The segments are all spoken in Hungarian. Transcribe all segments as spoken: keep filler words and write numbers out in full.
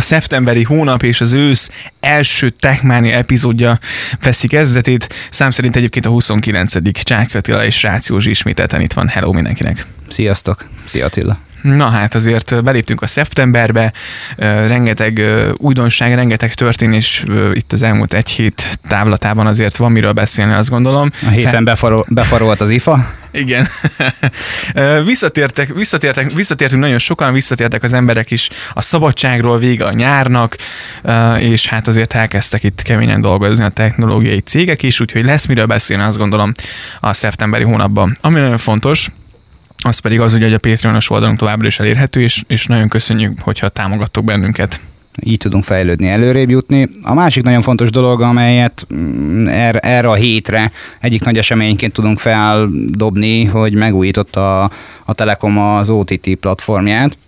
szeptemberi hónap és az ősz első Techmania epizódja veszi kezdetét. Szám szerint egyébként a huszonkilencedik Csák Attila és Rácz Józsi ismételten itt van. Hello mindenkinek! Sziasztok! Szia Attila! Na hát azért beléptünk a szeptemberbe, rengeteg újdonság, rengeteg történés itt az elmúlt egy hét távlatában azért van miről beszélni, azt gondolom. A héten befarol, befarolt az i ef á. Igen. Visszatértek, visszatértek, visszatértünk nagyon sokan, visszatértek az emberek is a szabadságról, vége a nyárnak, és hát azért elkezdtek itt keményen dolgozni a technológiai cégek is, úgyhogy lesz miről beszélni, azt gondolom, a szeptemberi hónapban. Ami nagyon fontos, az pedig az, ugye, hogy a Patreonos oldalunk továbbra is elérhető, és, és nagyon köszönjük, hogyha támogattok bennünket. Így tudunk fejlődni, előrébb jutni. A másik nagyon fontos dolog, amelyet erre, erre a hétre egyik nagy eseményként tudunk feldobni, hogy megújította a, a Telekom az o té té platformját.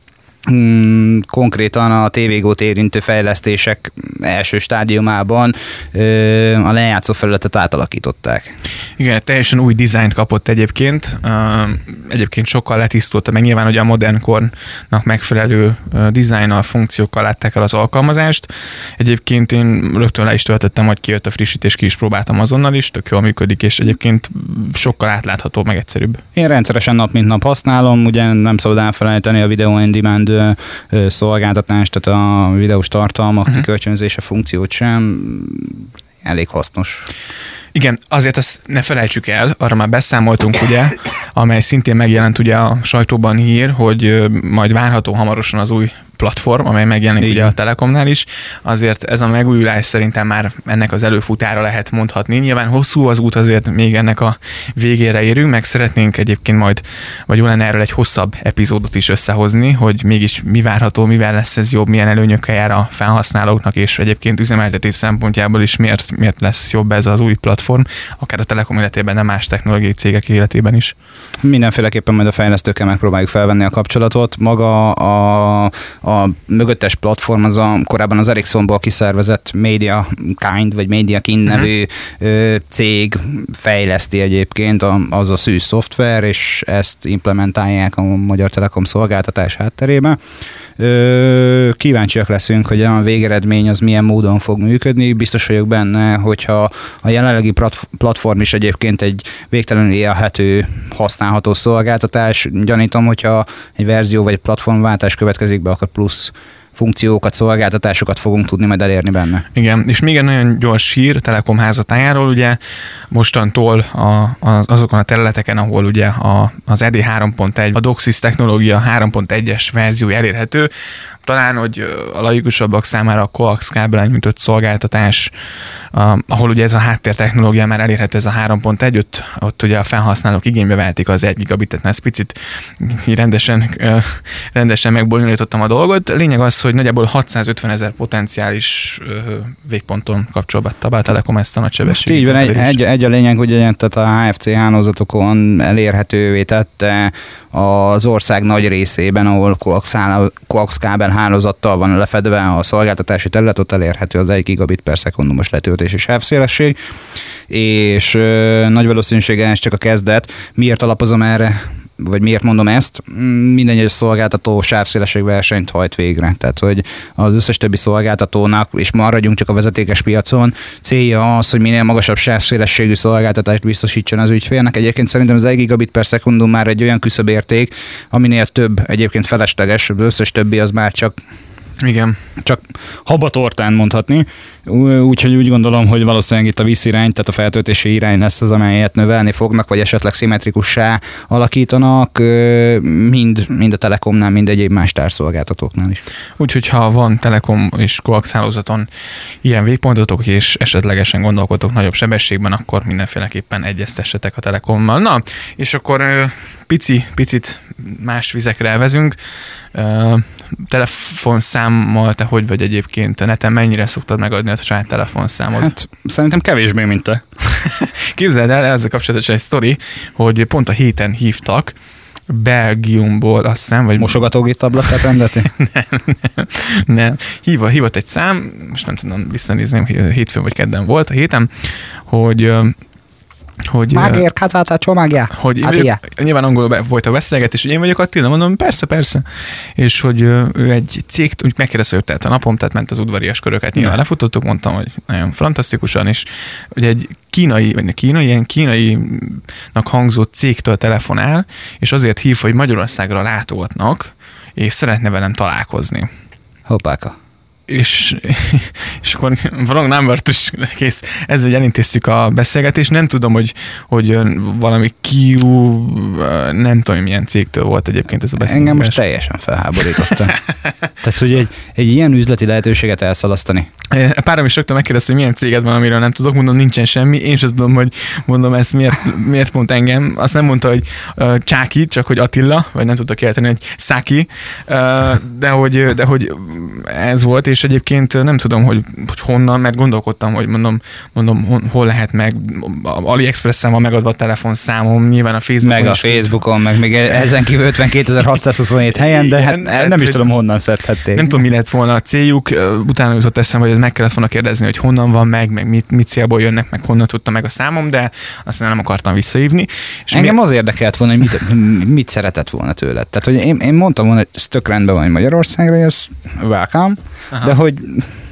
Konkrétan a té vé gó-t érintő fejlesztések első stádiumában a lejátszó felületet átalakították. Igen, teljesen új dizájnt kapott egyébként. Egyébként sokkal letisztulta, meg nyilván, hogy a modern kornak megfelelő dizájnnal, funkciókkal látták el az alkalmazást. Egyébként én rögtön le is töltöttem, hogy kijött a frissítés, ki is próbáltam azonnal is, tök jól működik, és egyébként sokkal átláthatóbb, meg egyszerűbb. Én rendszeresen nap mint nap használom, ugye nem szabad elfelejteni a Video on Demand szolgáltatást, tehát a videós tartalmak uh-huh. kikölcsönzése funkciót sem, elég hasznos. Igen, azért azt ne felejtsük el, arra már beszámoltunk, ugye, amely szintén megjelent ugye a sajtóban hír, hogy majd várható hamarosan az új platform, amely megjelenik ugye a Telekomnál is. Azért ez a megújulás szerintem már ennek az előfutára lehet mondhatni. Nyilván hosszú az út, azért még ennek a végére érünk, meg szeretnénk egyébként majd, vagy jó lenne erről egy hosszabb epizódot is összehozni, hogy mégis mi várható, mivel lesz ez jobb, milyen előnyökkel jár a felhasználóknak, és egyébként üzemeltetés szempontjából is miért, miért lesz jobb ez az új platform, akár a Telekom életében, de más technológiai cégek életében is. Mindenféleképpen majd a fejlesztőkkel megpróbáljuk felvenni a kapcsolatot. Maga a, a mögöttes platform az a korábban az Ericssonból kiszervezett MediaKind, vagy MediaKind nevű uh-huh. cég fejleszti egyébként az a szűz szoftver, és ezt implementálják a Magyar Telekom szolgáltatás hátterébe. Kíváncsiak leszünk, hogy a végeredmény az milyen módon fog működni. Biztos vagyok benne, hogyha a jelenlegi platform is egyébként egy végtelenül élhető, használható szolgáltatás. Gyanítom, hogyha egy verzió vagy egy platformváltás következik be, akkor plusz funkciókat, szolgáltatásokat fogunk tudni majd elérni benne. Igen, és még egy nagyon gyors hír Telekom házatájáról, ugye mostantól a, az, azokon a területeken, ahol ugye a, az E D három pont egy, a DOCSIS technológia három pont egyes verzió elérhető, talán, hogy a laikusabbak számára a coax kábelen nyújtott szolgáltatás, a, ahol ugye ez a háttértechnológia már elérhető, ez a három pont egy, ott, ott ugye a felhasználók igénybe vehetik az egy gigabitet, mert ezt picit rendesen, rendesen megbonyolítottam a dolgot. Lényeg az, hogy nagyjából hatszázötven ezer potenciális végponton kapcsolbatta be a Telekom ezt a nagy sebességű. Így van, egy, egy, egy a lényeg, hogy tehát a H F C hálózatokon elérhetővé tette az ország nagy részében, ahol coax kábel hálózattal van lefedve a szolgáltatási terület, ott elérhető az egy gigabit per szekundumos letöltés és sávszélesség, és ö, nagy valószínűséggel ez csak a kezdet. Miért alapozom erre? Vagy miért mondom ezt? Minden egyes szolgáltató sávszélességversenyt hajt végre. Tehát, hogy az összes többi szolgáltatónak, és maradjunk csak a vezetékes piacon, célja az, hogy minél magasabb sávszélességű szolgáltatást biztosítson az ügyfélnek. Egyébként szerintem az egy gigabit per szekundum már egy olyan küszöbérték, aminél több egyébként felesleges, az összes többi az már csak Igen. Csak habatortán mondhatni, úgyhogy úgy gondolom, hogy valószínűleg itt a vízirány, tehát a feltöltési irány lesz az, amelyet növelni fognak, vagy esetleg szimmetrikussá alakítanak, mind, mind a Telekomnál, mind egyéb más társszolgáltatóknál is. Úgyhogy ha van Telekom és coax hálózaton ilyen végpontotok, és esetlegesen gondolkodtok nagyobb sebességben, akkor mindenféleképpen egyeztessetek a Telekommal. Na, és akkor pici, picit más vizekre elvezünk. Telefonszámmal te hogy vagy egyébként a neten, mennyire szoktad megadni a saját telefonszámod? Hát szerintem kevésbé, mint te. Képzeld el, ezzel kapcsolatosan egy sztori, hogy pont a héten hívtak Belgiumból, azt hiszem, vagy... Mosogatógép tablettát rendeltél? nem, nem, nem. Híva, hívott egy szám, most nem tudom visszanézni, hétfőn vagy kedden volt a héten, hogy hogy... Megérkezett a csomagja. Hogy vagyok, nyilván angolul volt a beszélgetés, hogy én vagyok Attila, mondom, persze, persze. És hogy ő egy cég, úgy megkérdezte, hogy telt a napom, tehát ment az udvarias köröket, nyilván lefutottuk, mondtam, hogy nagyon fantasztikusan, és hogy egy kínai, vagy kínai, ilyen kínainak hangzó cégtől telefonál, és azért hív, hogy Magyarországra látogatnak, és szeretne velem találkozni. Hoppáka. És, és akkor wrong number is kész. Ezzel elintéztük a beszélgetést. Nem tudom, hogy, hogy valami Q, nem tudom, milyen cégtől volt egyébként ez a beszélgetés. Engem most teljesen felháborította. Tehát, hogy egy, egy ilyen üzleti lehetőséget elszalasztani. Párom is rögtön megkérdezte, hogy milyen céged van, amiről nem tudok, mondom, nincsen semmi. Én sem tudom, hogy mondom, ezt miért, miért mond engem. Azt nem mondta, hogy uh, Csáki, csak hogy Attila, vagy nem tudta kiejteni, hogy Száki, uh, de, hogy, de hogy ez volt, és egyébként nem tudom, hogy, hogy honnan, mert gondolkodtam, hogy mondom, mondom hon, hol lehet meg, AliExpress-en van megadva a telefonszámom, nyilván a Facebookon. Meg a Facebookon, meg még ezen kívül ötvenkétezer-hatszázhuszonhét helyen, de hát igen, nem is tudom, honnan szedhették. Nem tudom, mi lett volna a céljuk, utána jutott eszembe, hogy meg kellett volna kérdezni, hogy honnan van meg, meg mit, mit célból jönnek, meg honnan tudta meg a számom, de aztán nem akartam visszahívni. És engem mi... az érdekelt volna, hogy mit, mit szeretett volna tőled. Tehát, hogy én, én mondtam volna, hogy ez tök rendben van, hogy Magyarországra jössz, welcome, aha, de hogy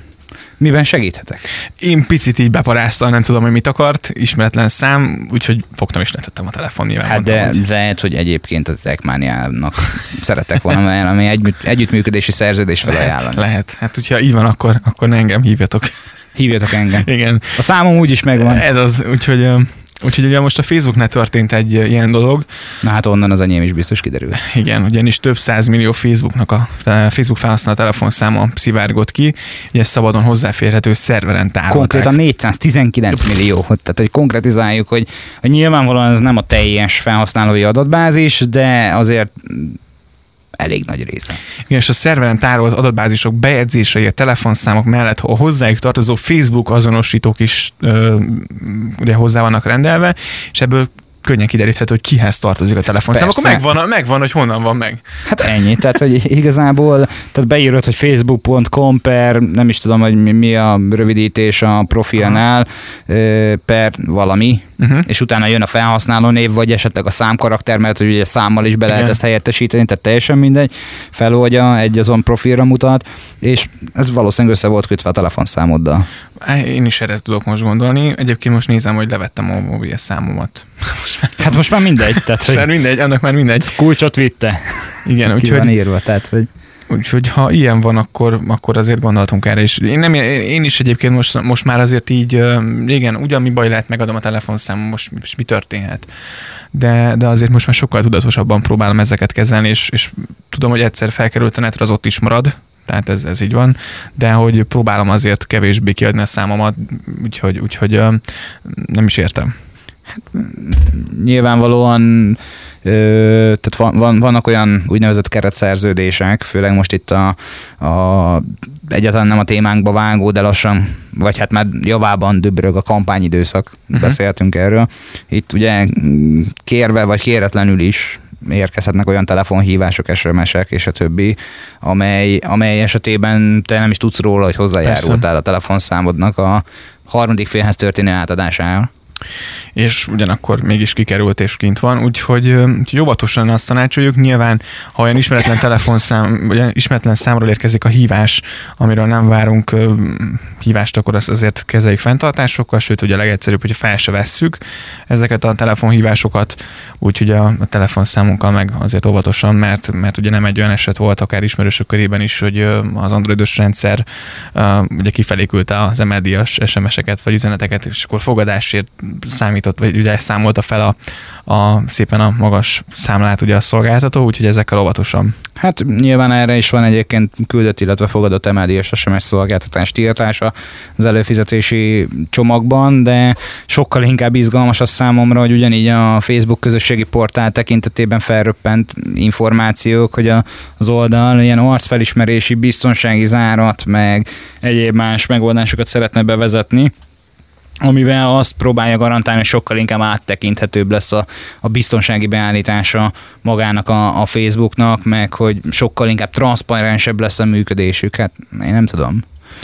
miben segíthetek? Én picit így beparáztam, nem tudom, hogy mit akart, ismeretlen szám, úgyhogy fogtam és letettem a telefon nyilván. Hát mondtam, de hogy... lehet, hogy egyébként a Techmaniának szeretek volna ami egy, együttműködési szerződés felajánlani. Lehet, lehet. Hát hogyha így van, akkor, akkor ne engem hívjatok. Hívjatok engem. Igen. A számom úgyis megvan. Ez az, úgyhogy... Úgyhogy ugye most a Facebooknál történt egy ilyen dolog. Na hát onnan az enyém is biztos kiderül. Igen, ugyanis több százmillió Facebooknak a Facebook felhasználó telefonszáma szivárgott ki, ugye szabadon hozzáférhető szerveren tárolták. Konkrétan négyszáztizenkilenc millió. Tehát, hogy konkretizáljuk, hogy, hogy nyilvánvalóan ez nem a teljes felhasználói adatbázis, de azért elég nagy része. Igen, és a szerveren tárolt adatbázisok bejegyzései a telefonszámok mellett, ha hozzájuk tartozó Facebook azonosítók is ö, ugye hozzá vannak rendelve, és ebből könnyen kideríthető, hogy kihez tartozik a telefonszám. Akkor megvan, megvan, hogy honnan van meg. Hát ennyi, tehát hogy igazából tehát beírod, hogy facebook pont com per, nem is tudom, hogy mi, mi a rövidítés a profilnál, uh, per valami, uh-huh, és utána jön a felhasználó név, vagy esetleg a számkarakter, mert hogy ugye számmal is be lehet ezt helyettesíteni, tehát teljesen mindegy, feloldja, egy azon profilra mutat, és ez valószínűleg össze volt kötve a telefonszámoddal. Én is erre tudok most gondolni. Egyébként most nézem, hogy levettem a mobil számomat. Most már, hát most már mindegy. Tehát, hogy már mindegy, annak már mindegy. Kulcsot vitte. Igen, úgyhogy... Ki van írva, tehát, hogy... Úgyhogy ha ilyen van, akkor, akkor azért gondoltunk erre is. Én, nem, én is egyébként most, most már azért így, igen, ugyan mi baj lehet, megadom a telefonszámom, most, most mi történhet. De, de azért most már sokkal tudatosabban próbálom ezeket kezelni, és, és tudom, hogy egyszer felkerült a netre, az ott is marad, tehát ez, ez így van, de hogy próbálom azért kevésbé kiadni a számomat, úgyhogy, úgyhogy nem is értem. Hát, nyilvánvalóan ö, tehát van, van, vannak olyan úgynevezett keretszerződések, főleg most itt a, a egyáltalán nem a témánkba vágó, de lassan, vagy hát már javában dübörög a kampányidőszak, uh-huh, beszéltünk erről. Itt ugye kérve vagy kéretlenül is érkezhetnek olyan telefonhívások, es em esek és a többi, amely, amely esetében te nem is tudsz róla, hogy hozzájárultál a telefonszámodnak a harmadik félhez történő átadására. És ugyanakkor mégis kikerült és kint van, úgyhogy, úgyhogy óvatosan azt tanácsoljuk. Nyilván, ha olyan ismeretlen telefonszám, vagy olyan ismeretlen számról érkezik a hívás, amiről nem várunk hívást, akkor azt azért kezeljük fenntartásokkal, sőt, ugye a legegyszerűbb, hogyha fel se vesszük ezeket a telefonhívásokat, úgyhogy a, a telefonszámunkkal meg azért óvatosan, mert, mert ugye nem egy olyan eset volt, akár ismerősök körében is, hogy az androidos rendszer ugye kifelé küldte az em el díjas es em eseket vagy üzeneteket, és akkor fogadásért számított, vagy ugye számolta fel a, a szépen a magas számlát ugye a szolgáltató, úgyhogy ezekkel óvatosan. Hát nyilván erre is van egyébként küldött, illetve fogadott em el díjas es em es szolgáltatás tiltása az előfizetési csomagban, de sokkal inkább izgalmas az számomra, hogy ugyanígy a Facebook közösségi portál tekintetében felröppent információk, hogy a, az oldal ilyen arcfelismerési biztonsági zárat, meg egyéb más megoldásokat szeretne bevezetni, amivel azt próbálja garantálni, hogy sokkal inkább áttekinthetőbb lesz a, a biztonsági beállítása magának a, a Facebooknak, meg hogy sokkal inkább transzparensebb lesz a működésük. Hát én nem tudom.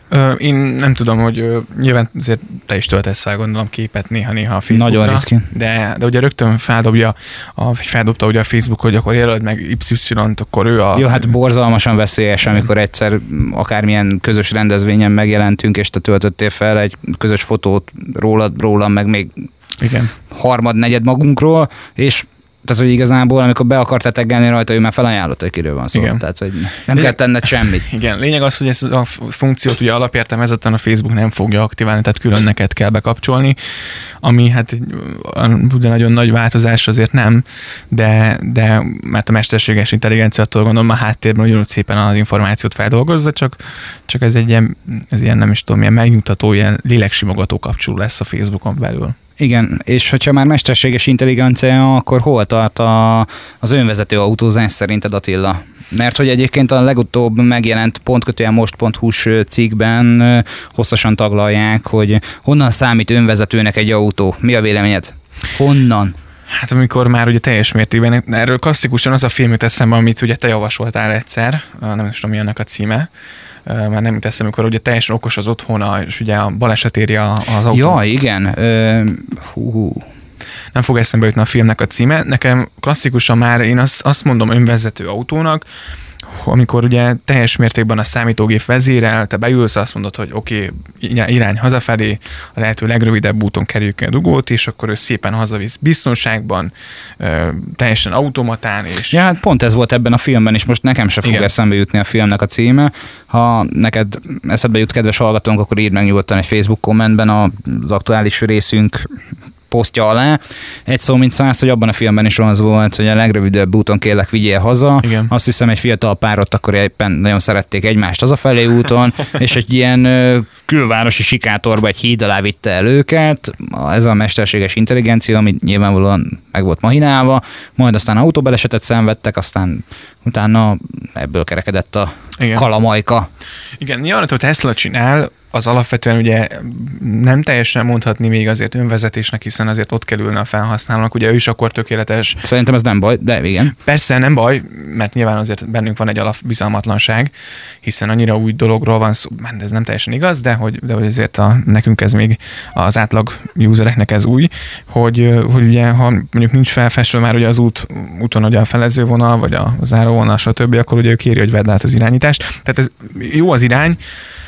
Ö, én nem tudom, hogy ö, nyilván azért te is töltesz fel, gondolom, képet néha-néha a Facebookra. Nagyon ritkán. De, de ugye rögtön feldobja, a, feldobta ugye a Facebook, hogy akkor jelöld meg Y Y-t, akkor ő a... Jó, hát borzalmasan veszélyes, amikor egyszer akármilyen közös rendezvényen megjelentünk, és te töltöttél fel egy közös fotót rólad, rólam, meg még Igen. harmad, negyed magunkról, és tehát, hogy igazából, amikor be akartál teggelni rajta, ő már felajánlott, hogy kiről van szó. Igen. Tehát, hogy nem kell tenned semmit. Igen, lényeg az, hogy ezt a funkciót ugye alapértelmezetten a Facebook nem fogja aktiválni, tehát külön neked kell bekapcsolni, ami hát ugye nagyon nagy változás azért nem, de, de mert a mesterséges intelligenciától gondolom a háttérben ugyanúgy szépen az információt feldolgozza, csak, csak ez egy ilyen, ez ilyen nem is tudom, ilyen megnyugtató, ilyen léleksimogató kapcsoló lesz a Facebookon belül. Igen, és hogyha már mesterséges intelligencia, akkor hol tart a, az önvezető autózás szerinted, Attila? Mert hogy egyébként a legutóbb megjelent pontkötően most.hu-s cikkben hosszasan taglalják, hogy honnan számít önvezetőnek egy autó. Mi a véleményed? Honnan? Hát amikor már ugye teljes mértékben, erről klasszikusan az a film jut eszembe, amit ugye te javasoltál egyszer, nem is tudom, mi annak a címe, már nem jut eszembe, amikor ugye teljesen okos az otthona, és ugye a baleset éri az autó. Ja, igen. Ö, hú, hú. Nem fog eszembe jutni a filmnek a címe. Nekem klasszikusan már én azt, azt mondom önvezető autónak, amikor ugye teljes mértékben a számítógép vezérel, te beülsz, azt mondod, hogy oké, okay, irány hazafelé, a lehető legrövidebb úton kerüljük a dugót, és akkor ő szépen hazavisz biztonságban, teljesen automatán. És... Ja, hát pont ez volt ebben a filmben, és most nekem se fog Igen. eszembe jutni a filmnek a címe. Ha neked eszedbe jut, kedves hallgatónk, akkor írd meg nyugodtan egy Facebook kommentben az aktuális részünk posztja alá. Egy szó mint száz, hogy abban a filmben is az volt, hogy a legrövidebb úton kérlek vigyél haza. Igen. Azt hiszem, egy fiatal párot akkor éppen nagyon szerették egymást hazafelé úton, és egy ilyen külvárosi sikátorba egy híd alá vitte el őket. Ez a mesterséges intelligencia, ami nyilvánvalóan meg volt mahinálva, majd aztán autóbalesetet szenvedtek, aztán utána ebből kerekedett a Igen. kalamajka. Igen, nyilván, hogy Tesla csinál, az alapvetően ugye nem teljesen mondhatni még azért önvezetésnek, hiszen azért ott kell ülni a felhasználónak, ugye ő is akkor tökéletes. Szerintem ez nem baj, de igen. Persze nem baj, mert nyilván azért bennünk van egy alapbizalmatlanság, hiszen annyira új dologról van szó, mert ez nem teljesen igaz, de hogy, de hogy azért a, nekünk ez még az átlag usereknek ez új, hogy, hogy ugye ha mondjuk nincs felfestve már ugye az út, úton ugye a felezővonal, vagy a záróvonal, stb., akkor ugye ő kéri, hogy vedd át az irányítást. Tehát ez jó az irány,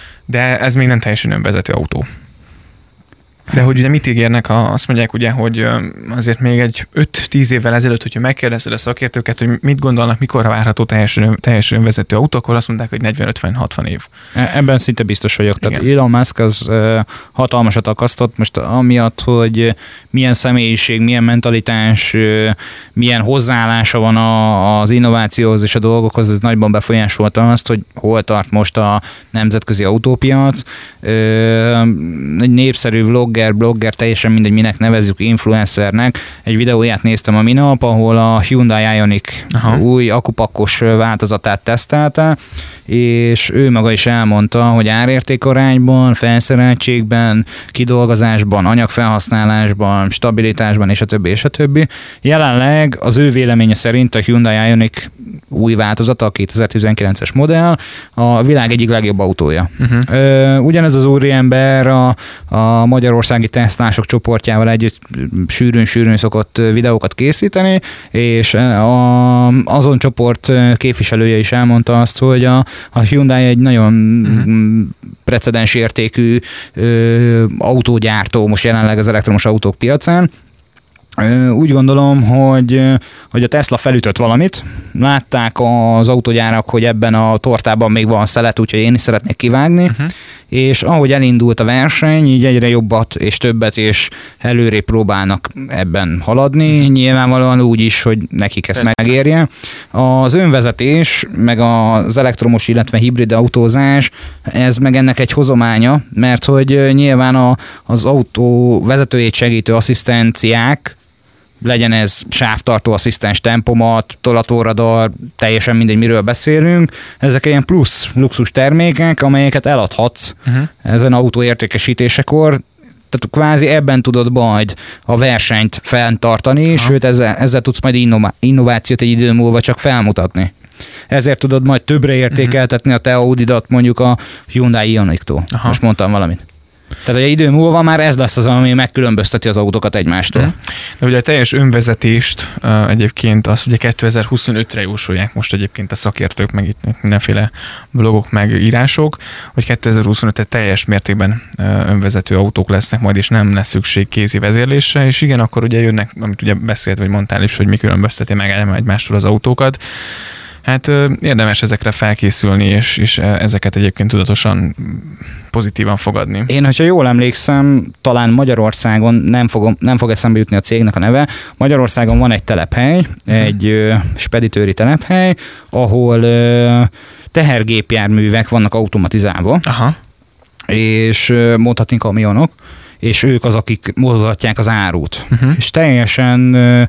de ez még nem teljesen önvezető autó. De hogy ugye mit ígérnek, a, azt mondják ugye, hogy azért még egy öt-tíz évvel ezelőtt, hogyha megkérdezed a szakértőket, hogy mit gondolnak, mikorra várható teljesen, teljesen önvezető autó, akkor azt mondták, hogy negyven-ötven-hatvan év. Ebben szinte biztos vagyok. Tehát Igen. Elon Musk az uh, hatalmasat akasztott most amiatt, hogy milyen személyiség, milyen mentalitás, uh, milyen hozzáállása van a, az innovációhoz és a dolgokhoz, ez nagyban befolyásolta azt, hogy hol tart most a nemzetközi autópiac. Uh, egy népszerű vlog blogger, teljesen mindegy, minek nevezzük, influencernek. Egy videóját néztem a minap, ahol a Hyundai Ioniq Aha. új akupakkos változatát tesztelte, és ő maga is elmondta, hogy árértékarányban, felszereltségben, kidolgozásban, anyagfelhasználásban, stabilitásban, és a többi, és a többi. Jelenleg az ő véleménye szerint a Hyundai Ioniq új változata, a kétezer-tizenkilences modell, a világ egyik legjobb autója. Uh-huh. Ugyanez az úriember a, a magyarországi tesztlások csoportjával együtt sűrűn-sűrűn szokott videókat készíteni, és a, azon csoport képviselője is elmondta azt, hogy a, a Hyundai egy nagyon uh-huh. precedens értékű ö, autógyártó most jelenleg az elektromos autók piacán. Úgy gondolom, hogy, hogy a Tesla felütött valamit. Látták az autógyárak, hogy ebben a tortában még van szelet, úgyhogy én is szeretnék kivágni. Uh-huh. És ahogy elindult a verseny, így egyre jobbat és többet és előrébb próbálnak ebben haladni. Uh-huh. Nyilvánvalóan úgy is, hogy nekik ezt Persze. megérje. Az önvezetés, meg az elektromos, illetve hibrid autózás, ez meg ennek egy hozománya, mert hogy nyilván a, az autó vezetőjét segítő asszisztenciák, legyen ez sávtartó asszisztens, tempomat, tolatóradar, teljesen mindegy, miről beszélünk. Ezek ilyen plusz luxus termékek, amelyeket eladhatsz uh-huh. ezen autó értékesítésekor. Tehát kvázi ebben tudod majd a versenyt fenntartani, uh-huh. sőt ezzel, ezzel tudsz majd innova- innovációt egy idő múlva csak felmutatni. ezért tudod majd többre értékeltetni a te Audidat mondjuk a Hyundai Ioniq-tól. Aha. Most mondtam valamit. Tehát egy idő múlva már ez lesz az, ami megkülönbözteti az autókat egymástól. Hmm. De ugye a teljes önvezetést uh, egyébként azt ugye kétezer-huszonötre jósolják most egyébként a szakértők, meg itt mindenféle blogok, meg írások, hogy kétezer-huszonötre teljes mértékben uh, önvezető autók lesznek majd, és nem lesz szükség kézi vezérlésre, és igen, akkor ugye jönnek, amit ugye beszélt, vagy mondtál is, hogy mi különbözteti meg egymástól az autókat. Hát érdemes ezekre felkészülni, és, és ezeket egyébként tudatosan pozitívan fogadni. Én, hogyha jól emlékszem, talán Magyarországon nem, fogom, nem fog eszembe jutni a cégnek a neve. Magyarországon van egy telephely, hmm. egy ö, speditőri telephely, ahol ö, tehergépjárművek vannak automatizálva, aha. és ö, mondhatni kamionok, és ők az, akik mozgatják az árut. Uh-huh. És teljesen... Ö,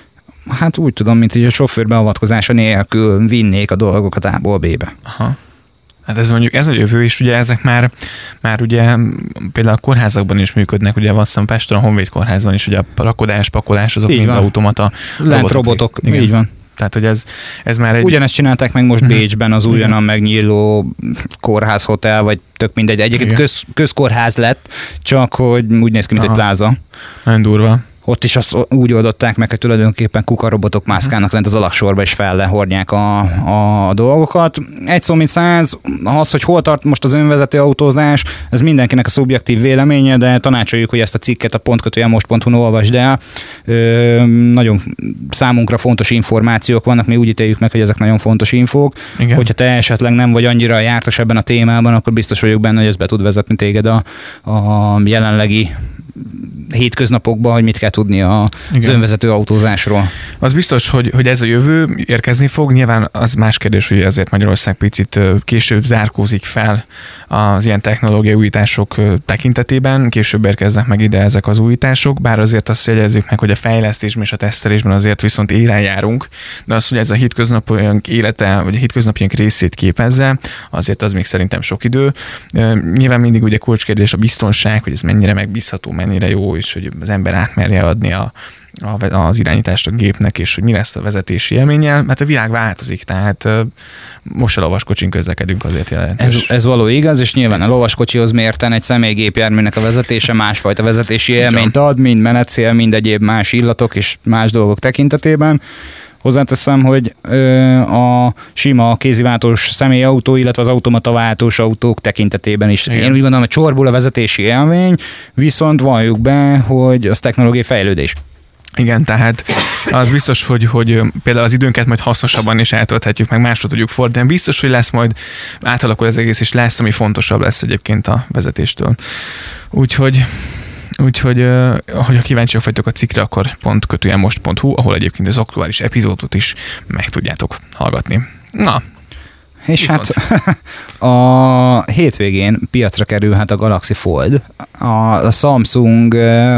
Hát úgy tudom, mint hogy a sofőr beavatkozása nélkül vinnék a dolgokat A-ból B-be. Aha. Hát ez mondjuk ez a jövő, és ugye ezek már, már ugye például a kórházakban is működnek, ugye azt hiszem Pesten a Honvéd kórházban is, ugye a rakodás, pakolás, azok így mind van. Automata Lent robotok, igen. Így van. Tehát, hogy ez, ez már egy... Ugyanezt csinálták meg most uh-huh. Bécsben az újonnan megnyíló kórházhotel, vagy tök mindegy. Egyébként köz, közkórház lett, csak hogy úgy néz ki, mint aha. egy pláza. Nagyon durva. Ott is azt úgy oldották meg, hogy tulajdonképpen kukarobotok mászkálnak lent az alaksorba, és fellehordják a, a dolgokat. Egy szó, mint száz, az, hogy hol tart most az önvezető autózás, ez mindenkinek a szubjektív véleménye, de tanácsoljuk, hogy ezt a cikket a pontkötője most pont hu-n olvasd el. Ö, nagyon számunkra fontos információk vannak, mi úgy ítéljük meg, hogy ezek nagyon fontos infók. Igen. Hogyha te esetleg nem vagy annyira jártas ebben a témában, akkor biztos vagyok benne, hogy ez be tud vezetni téged a, a jelenlegi hétköznapokban, hogy mit kell tudni a, az önvezető autózásról. Az biztos, hogy, hogy ez a jövő érkezni fog. Nyilván az más kérdés, hogy ezért Magyarország picit később zárkózik fel az ilyen technológiai újítások tekintetében. Később érkeznek meg ide ezek az újítások, bár azért azt jegyezzük meg, hogy a fejlesztésben és a tesztelésben azért viszont élen járunk, de az, hogy ez a hétköznapjánk élete, vagy a hétköznapjánk részét képezze, azért az még szerintem sok idő. Nyilván mindig ugye kulcskérdés a biztonság, hogy ez mennyire megbízható, mennyire jó, és hogy az ember átmerje adni a, a, az irányítást a gépnek, és hogy mi lesz a vezetési élménnyel, mert a világ változik, tehát most a lovaskocsin közlekedünk azért jelentős. Ez, ez való igaz, és nyilván a lovaskocsihoz mérten egy személygépjárműnek a vezetése másfajta vezetési élményt ad, mind menetszél, mind egyéb más illatok és más dolgok tekintetében. Hozzáteszem, hogy ö, a sima kéziváltós személyautó, illetve az automata váltós autók tekintetében is. Igen. Én úgy gondolom, hogy csorbul a vezetési élmény, viszont valljuk be, hogy az technológiai fejlődés. Igen, tehát az biztos, hogy, hogy például az időnket majd hasznosabban is eltölthetjük, meg másra tudjuk fordítani. Biztos, hogy lesz majd, átalakul az egész, és lesz, ami fontosabb lesz egyébként a vezetéstől. Úgyhogy... Úgyhogy, ha kíváncsiak vagytok a cikkre, akkor pont kötője most pont hu, ahol egyébként az aktuális epizódot is meg tudjátok hallgatni. Na, és viszont. Hát a hétvégén piacra kerülhet a Galaxy Fold. A Samsung,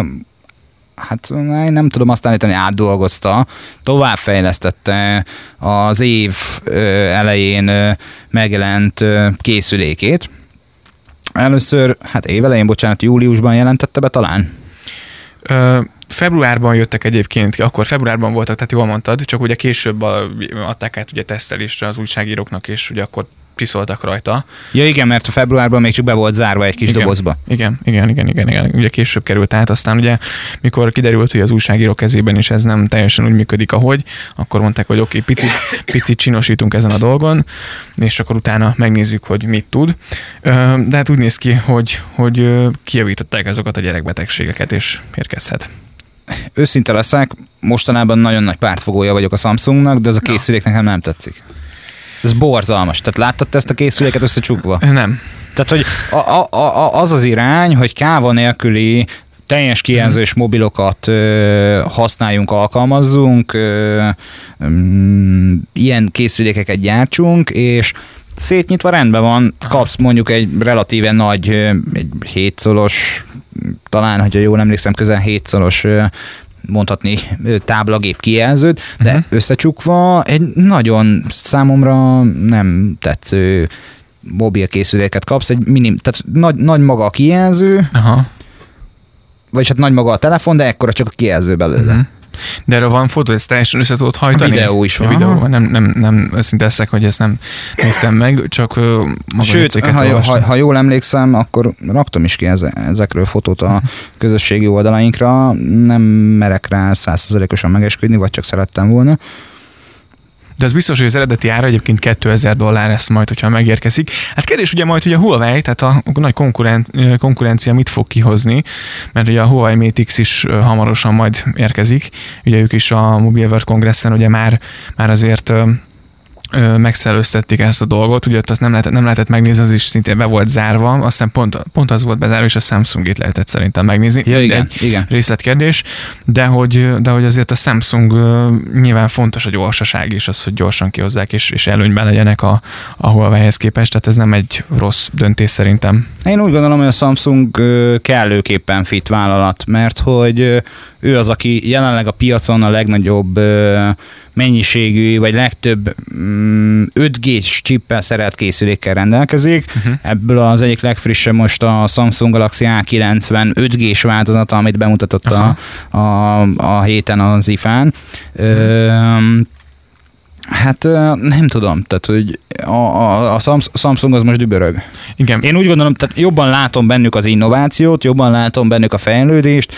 hát én nem tudom azt állítani, átdolgozta, továbbfejlesztette az év elején megjelent készülékét. Először, hát évelején, bocsánat, júliusban jelentette be talán? Ö, februárban jöttek egyébként, akkor februárban voltak, tehát jól mondtad, csak ugye később adták át ugye tesztelésre az újságíróknak, és ugye akkor csiszoltak rajta. Ja igen, mert a februárban még csak be volt zárva egy kis igen, dobozba. Igen, igen, igen, igen, igen, ugye később került át, aztán ugye mikor kiderült, hogy az újságíró kezében is ez nem teljesen úgy működik, ahogy, akkor mondták, hogy oké, okay, picit, picit csinosítunk ezen a dolgon, és akkor utána megnézzük, hogy mit tud. De hát úgy néz ki, hogy, hogy kijavították azokat a gyerekbetegségeket, és érkezhet. Őszinte leszek, mostanában nagyon nagy pártfogója vagyok a Samsungnak, de ez a készülék nekem nem tetszik. Ez borzalmas. Tehát láttad ezt a készüléket összecsukva? Nem. Tehát, hogy a, a, a, az az irány, hogy káva nélküli teljes kijelzős mm. mobilokat ö, használjunk, alkalmazzunk, ö, ö, ilyen készülékeket gyártsunk, és szétnyitva rendben van, kapsz mondjuk egy relatíve nagy, egy hétszolos, talán, hogyha jól emlékszem, közel hétszoros mondhatni táblagép kijelződ, de uh-huh. összecsukva egy nagyon számomra nem tetsző mobilkészüléket kapsz, egy minim, tehát nagy, nagy maga a kijelző, uh-huh. vagyis hát nagy maga a telefon, de ekkora csak a kijelző belőle. Uh-huh. De erről van fotó, ezt teljesen össze tudod hajtani? Videó is van. Videó, nem, nem, nem őszinte leszek, hogy ezt nem néztem meg, csak maga Sőt, ha, ha, ha jól emlékszem, akkor raktam is ki ezekről fotót a közösségi oldalainkra, nem merek rá száz százalékosan megesküdni, vagy csak szerettem volna. De az biztos, hogy az eredeti ára egyébként kétezer dollár lesz majd, hogyha megérkezik. Hát kérdés ugye majd, hogy a Huawei, tehát a nagy konkuren- konkurencia mit fog kihozni, mert ugye a Huawei Mate X is hamarosan majd érkezik. Ugye ők is a Mobile World Congressen ugye már, már azért megszellőztették ezt a dolgot, ugye azt nem lehetett, nem lehetett megnézni, az is szintén be volt zárva, aztán pont, pont az volt bezárva, és a Samsung-ét lehetett szerintem megnézni. Ja, igen, egy igen. Részletkérdés, de hogy, de hogy azért a Samsung nyilván fontos a gyorsaság is, az, hogy gyorsan kihozzák, és, és előnyben legyenek a, a Huawei-hez képest, tehát ez nem egy rossz döntés szerintem. Én úgy gondolom, hogy a Samsung kellőképpen fit vállalat, mert hogy ő az, aki jelenleg a piacon a legnagyobb mennyiségű, vagy legtöbb öt G-s csippel szerelt készülékkel rendelkezik. Uh-huh. Ebből az egyik legfrissebb most a Samsung Galaxy á kilencven öt G-s változata, amit bemutatott a, a, a héten az i fán. Uh-huh. Ö, Hát nem tudom, tehát hogy a, a, a Samsung az most dübörög. Igen. Én úgy gondolom, tehát jobban látom bennük az innovációt, jobban látom bennük a fejlődést,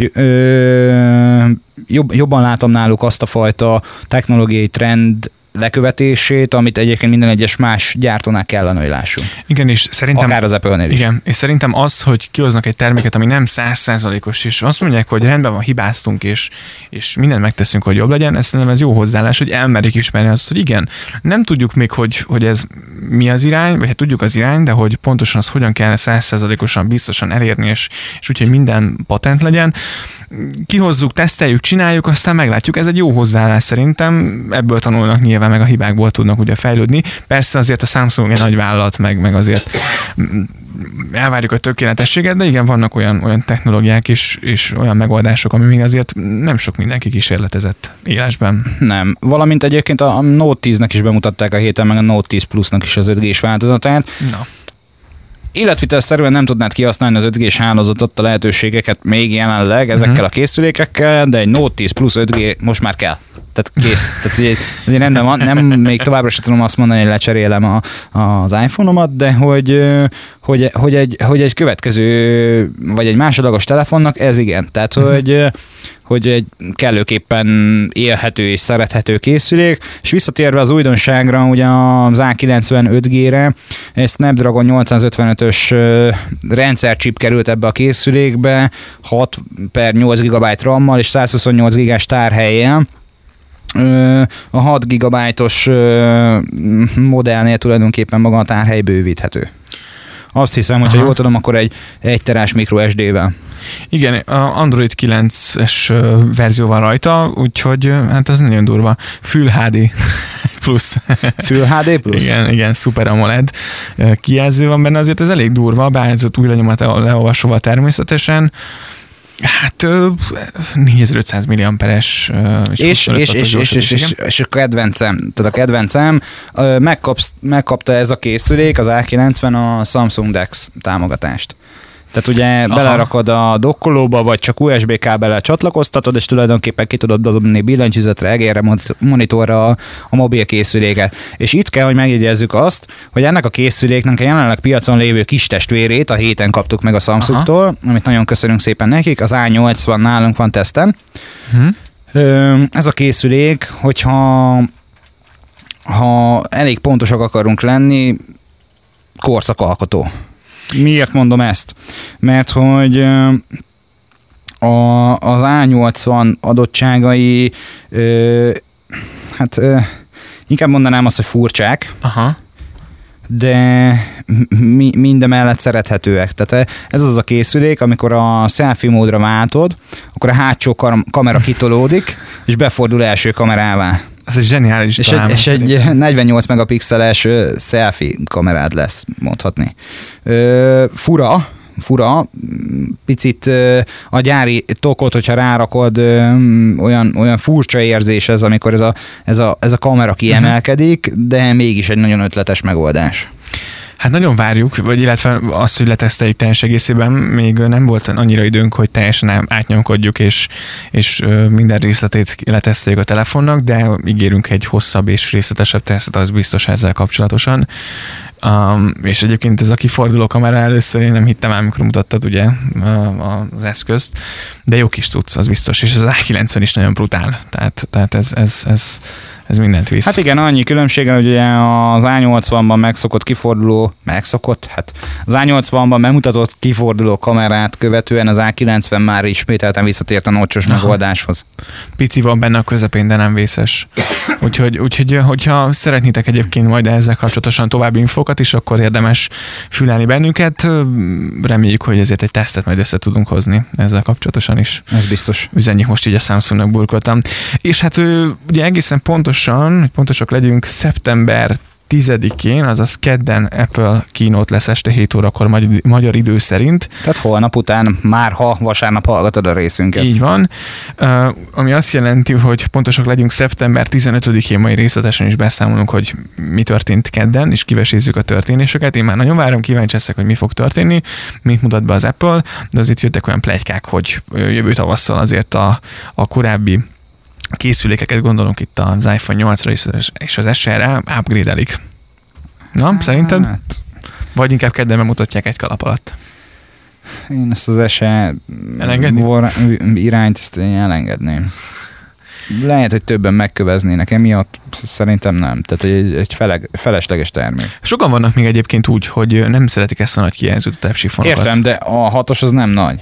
ö, jobb, jobban látom náluk azt a fajta technológiai trend lekövetését, amit egyébként minden egyes más gyártónál kellene, hogy lássunk. Igen, és szerintem... Akár az Apple-nél is. Igen, és szerintem az, hogy kihoznak egy terméket, ami nem száz százalékos, és azt mondják, hogy rendben van, hibáztunk, és, és mindent megteszünk, hogy jobb legyen, ez szerintem ez jó hozzáállás, hogy elmerik ismerni azt, hogy igen, nem tudjuk még, hogy, hogy ez mi az irány, vagy hát tudjuk az irány, de hogy pontosan az hogyan kellene száz százalékosan biztosan elérni, és, és úgyhogy minden patent legyen. Kihozzuk, teszteljük, csináljuk, aztán meglátjuk. Ez egy jó hozzáállás szerintem, ebből tanulnak nyilván, meg a hibákból tudnak ugye fejlődni. Persze azért a Samsung egy nagy vállalat, meg, meg azért elvárjuk a tökéletességet, de igen, vannak olyan, olyan technológiák és, és olyan megoldások, ami még azért nem sok mindenki kísérletezett élesben. Nem. Valamint egyébként a Note tíznek is bemutatták a héten, meg a Note tíz Plusnak is az öt G-s változatát. Na. Életvitelszerűen nem tudnád kihasználni az öt G-s hálózatot, a lehetőségeket még jelenleg ezekkel uh-huh. a készülékekkel, de egy Note tíz Plus öt G most már kell. Tehát kész. Tehát ugye, ugye rendben van, nem még továbbra sem tudom azt mondani, hogy lecserélem a, az iPhone-omat, de hogy, hogy, hogy, egy, hogy egy következő, vagy egy másodlagos telefonnak ez igen. Tehát, uh-huh. hogy hogy egy kellőképpen élhető és szerethető készülék, és visszatérve az újdonságra, ugye az á kilencven öt G-re, egy Snapdragon nyolcszázötvenötös rendszerchip került ebbe a készülékbe, hat per nyolc gigabyte RAM-mal és százhuszonnyolc gigás tárhellyel. A hat gigabájtos modellnél tulajdonképpen maga a tárhely bővíthető. Azt hiszem, hogyha jól tudom, akkor egy egy terás micro es dé-vel. Igen, a Android kilences verzió van rajta, úgyhogy hát ez nagyon durva. Full há dé plusz. Full há dé plusz? Igen, igen, Super AMOLED kijelző van benne, azért ez elég durva, beállított új lenyomat leolvasóval természetesen. Hát négyezer-ötszáz milliamperes és, és, és, és, és, és, és a kedvencem, tehát a kedvencem megkapsz, megkapta ez a készülék, az á kilencven a Samsung DeX támogatást. Tehát ugye Aha. belerakod a dokkolóba, vagy csak u es bé kábellel csatlakoztatod, és tulajdonképpen ki tudod dobni billentyűzetre, egérre, monitorra a, a mobil készüléket. És itt kell, hogy megjegyezzük azt, hogy ennek a készüléknek a jelenleg piacon lévő kis testvérét a héten kaptuk meg a Samsungtól, Aha. amit nagyon köszönünk szépen nekik, az á nyolcvan nálunk van teszten. Hmm. Ez a készülék, hogyha ha elég pontosak akarunk lenni, korszakalkotó. Miért mondom ezt? Mert hogy a, az á nyolcvan adottságai, ö, hát ö, inkább mondanám azt, hogy furcsák, Aha. de mi, mindemellett szerethetőek. Tehát ez az a készülék, amikor a selfie módra váltod, akkor a hátsó kamera kitolódik, és befordul első kamerává. Ez egy zseniális és egy, és egy negyvennyolc megapixeles selfie kamerád lesz, mondhatni. Ö, fura, fura, picit ö, a gyári tokot, hogyha rárakod, ö, olyan, olyan furcsa érzés ez, amikor ez a, ez a, ez a kamera kiemelkedik, uh-huh. de mégis egy nagyon ötletes megoldás. Hát nagyon várjuk, vagy illetve azt, hogy leteszteljük teljes egészében, még nem volt annyira időnk, hogy teljesen átnyomkodjuk, és, és minden részletét leteszteljük a telefonnak, de ígérünk egy hosszabb és részletesebb tesztet, az biztos ezzel kapcsolatosan. Um, és egyébként ez a kiforduló kamera először én nem hittem el, amikor mutattad ugye az eszközt, de jó kis cucc, az biztos, és az á kilencven is nagyon brutál, tehát, tehát ez, ez, ez, ez mindent visz. Hát igen, annyi különbsége, hogy ugye az á nyolcvanban megszokott kiforduló, megszokott, hát az á nyolcvanban megmutatott kiforduló kamerát követően az á kilencven már ismételten visszatért a notchos megoldáshoz. Pici van benne a közepén, de nem vészes. Úgyhogy, úgyhogy hogyha szeretnétek egyébként majd ezzel kapcsolatosan további infókat is, akkor érdemes fülelni bennünket. Reméljük, hogy ezért egy tesztet majd össze tudunk hozni ezzel kapcsolatosan is. Ez biztos. Üzenjük most így a Samsungnak burkoltam. És hát ugye egészen pontosan, hogy pontosak legyünk, szeptember tizedikén, azaz kedden Apple keynote lesz este hét órakor magyar, magyar idő szerint. Tehát holnap után már ha vasárnap hallgatod a részünket. Így van. Uh, ami azt jelenti, hogy pontosak legyünk, szeptember tizenötödikén majd részletesen is beszámolunk, hogy mi történt kedden, és kivesézzük a történéseket. Én már nagyon várom, kíváncsi leszek, hogy mi fog történni, mit mutat be az Apple, de az itt jöttek olyan pletykák, hogy jövő tavasszal azért a, a korábbi készülékeket, gondolunk itt az iPhone nyolcra és az es e-re upgrade-elik. Na, hát, szerinted? Vagy inkább kedden bemutatják egy kalap alatt? Én ezt az es e irányt ezt én elengedném. Lehet, hogy többen megköveznének, emiatt szerintem nem. Tehát egy, egy feleg, felesleges termék. Sokan vannak még egyébként úgy, hogy nem szeretik ezt a nagy kijelzőt, a tápsifonokat. Értem, de a hatos az nem nagy.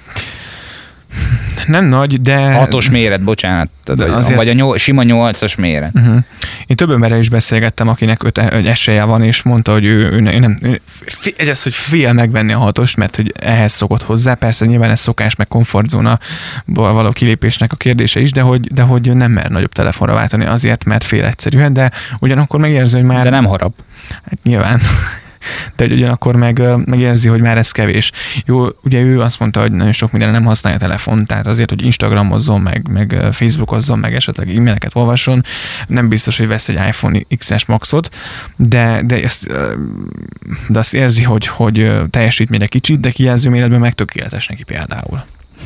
Nem nagy, de... Hatos méret, bocsánat. Vagy, azért... vagy a nyol, sima nyolcas méret. Uh-huh. Én több emberrel is beszélgettem, akinek öt esélye van, és mondta, hogy ő, ő, ő nem... Ő, ez, hogy fél megvenni a hatost, mert hogy ehhez szokott hozzá. Persze nyilván ez szokás, meg komfortzóna való kilépésnek a kérdése is, de hogy, de hogy nem mer nagyobb telefonra váltani azért, mert fél egyszerűen, de ugyanakkor megérzi, hogy már... De nem harap. Hát nyilván... de ugyanakkor meg, megérzi, hogy már ez kevés. Jó, ugye ő azt mondta, hogy nagyon sok minden nem használja a telefon, tehát azért, hogy Instagramozzon, meg, meg Facebookozzon, meg esetleg e-maileket olvasson, nem biztos, hogy vesz egy iPhone iksz es Maxot, de, de, ezt, de azt érzi, hogy, hogy teljesítményre kicsit, de kijelző méretben meg tökéletes neki például.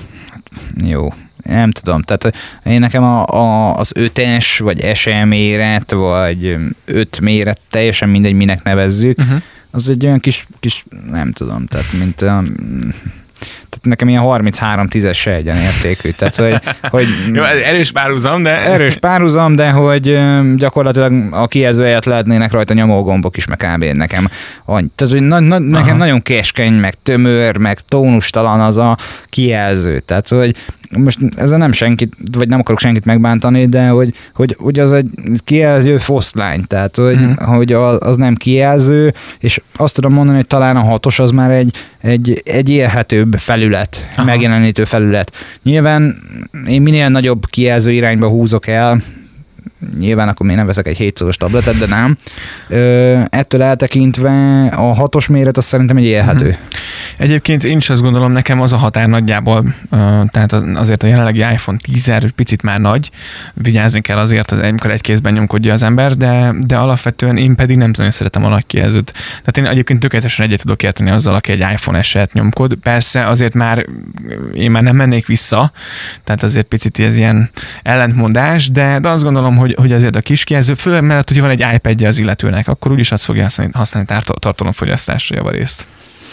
Jó. Nem tudom, tehát én nekem a, a, az ötes, vagy es e méret, vagy öt méret, teljesen mindegy, minek nevezzük, uh-huh. az egy olyan kis, kis, nem tudom, tehát mint a, tehát nekem ilyen harminchárom tízes se egyenértékű, tehát hogy, hogy jó, erős párhuzam, de erős párhuzam, de hogy gyakorlatilag a kijelző helyett lehetnének rajta nyomógombok is, meg kb. Nekem annyi. Tehát, hogy na, na, nekem nagyon keskeny, meg tömör, meg tónustalan az a kijelző, tehát hogy most ezzel nem senkit, vagy nem akarok senkit megbántani, de hogy, hogy, hogy az egy kijelző foszlány, tehát hogy, mm. hogy az, az nem kijelző, és azt tudom mondani, hogy talán a hatos az már egy, egy, egy élhetőbb felület, aha. megjelenítő felület. Nyilván én minél nagyobb kijelző irányba húzok el, nyilván akkor még nem veszek egy hétszázas tabletet, de nem. Ö, ettől eltekintve a hatos méret az szerintem egy élhető. Uh-huh. Egyébként én is azt gondolom, nekem az a határ nagyjából, tehát azért a jelenlegi iPhone tíz picit már nagy, vigyázni kell azért, amikor egy kézben nyomkodja az ember, de, de alapvetően én pedig nem nagyon szeretem a nagy kijelzőt. Tehát én egyébként tökéletesen egyet tudok érteni azzal, aki egy iPhone es e-t nyomkod. Persze azért már én már nem mennék vissza, tehát azért picit ez ilyen ellentmondás, de, de azt gondolom, hogy, hogy azért a kis kijelző, főleg mellett, hogyha van egy iPad-je az illetőnek, akkor úgyis azt fogja használni, használni tart- tartalomfogyasztásra javarészt.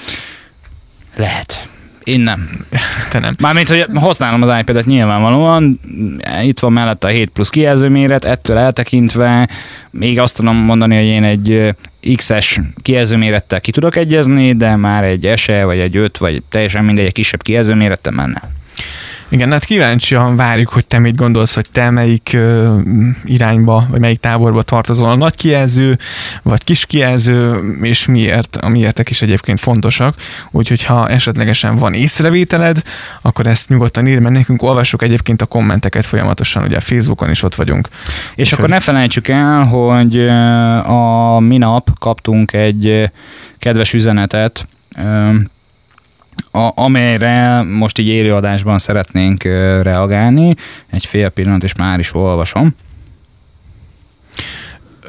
Lehet. Én nem. Te nem. Mármint, hogy használom az iPad-et nyilvánvalóan, itt van mellette a hét plusz kijelző méret, ettől eltekintve még azt tudom mondani, hogy én egy iksz es kijelző mérettel ki tudok egyezni, de már egy es e, vagy egy öt, vagy teljesen mindegy, egy kisebb kijelző mérettel már nem. Igen, hát kíváncsian várjuk, hogy te mit gondolsz, hogy te melyik uh, irányba, vagy melyik táborba tartozol, a nagy kijelző, vagy kis kijelző, és miért, a miértek is egyébként fontosak. Úgyhogy ha esetlegesen van észrevételed, akkor ezt nyugodtan írj, mert nekünk olvassuk egyébként a kommenteket folyamatosan, ugye a Facebookon is ott vagyunk. És úgy, akkor hogy... ne felejtsük el, hogy a minap kaptunk egy kedves üzenetet, A, amelyre most így élőadásban szeretnénk uh, reagálni. Egy fél pillanat, és már is olvasom.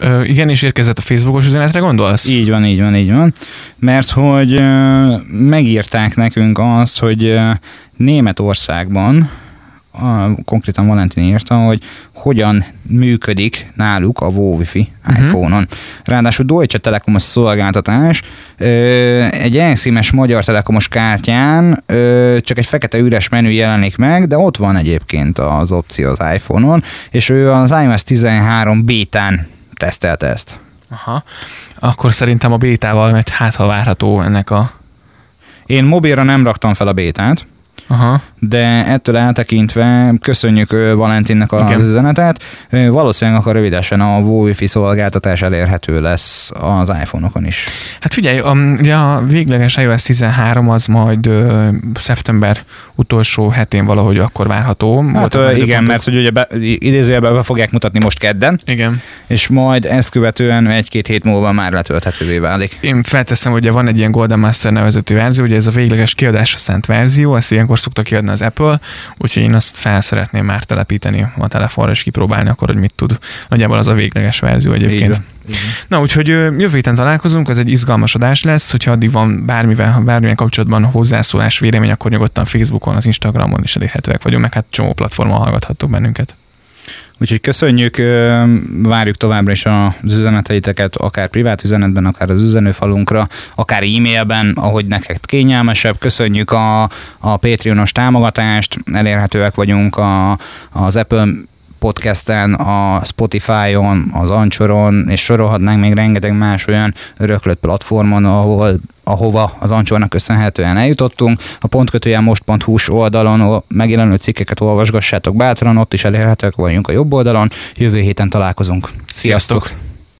Ö, igen, és érkezett a Facebookos üzenetre, gondolsz? Így van, így van, így van. Mert hogy ö, megírták nekünk azt, hogy ö, Németországban, a, konkrétan Valentin írta, hogy hogyan működik náluk a Wi-Fi uh-huh. iPhone-on. Ráadásul Deutsche Telekom a szolgáltatás, ö, egy elszímes magyar telekomos kártyán ö, csak egy fekete üres menü jelenik meg, de ott van egyébként az opció az iPhone-on, és ő az iOS tizenhárom bétán tesztelte ezt. Aha. Akkor szerintem a bétával, mert hát ha várható ennek a... Én mobilra nem raktam fel a bétát, Aha. de ettől eltekintve köszönjük Valentinnek az Igen. üzenetet. Valószínűleg akkor rövidesen a Wi-Fi szolgáltatás elérhető lesz az iPhone-okon is. Hát figyelj, a, ugye a végleges iOS tizenhárom az majd ö, szeptember utolsó hetén valahogy akkor várható. Hát ö, igen, pontok. Mert hogy ugye be, idézőjelben be fogják mutatni most kedden. Igen. És majd ezt követően egy-két hét múlva már letölthetővé válik. Én felteszem, hogy van egy ilyen Golden Master nevezetű verzió, ugye ez a végleges kiadásra szánt verzió, ezt ilyenkor szokta kiadni az Apple, úgyhogy én azt fel szeretném már telepíteni a telefonra és kipróbálni akkor, hogy mit tud. Nagyjából az a végleges verzió egyébként. Igen. Na, úgyhogy jövő héten találkozunk, ez egy izgalmas adás lesz, hogyha addig van bármivel, bármilyen kapcsolatban hozzászólás, vélemény, akkor nyugodtan Facebookon, az Instagramon is elérhetőek vagyunk, meg hát csomó platformon hallgathattok bennünket. Úgyhogy köszönjük, várjuk továbbra is az üzeneteiteket, akár privát üzenetben, akár az üzenőfalunkra, akár e-mailben, ahogy neked kényelmesebb. Köszönjük a, a Patreonos támogatást, elérhetőek vagyunk a, az Apple podcasten, a Spotify-on, az Anchoron, és sorolhatnánk még rengeteg más olyan öröklött platformon, ahol, ahova az Anchornak köszönhetően eljutottunk. A pontkötőjel most pont hu oldalon megjelenő cikkeket olvasgassátok bátran, ott is elérhetőek vagyunk a jobb oldalon. Jövő héten találkozunk. Sziasztok! Sziasztok.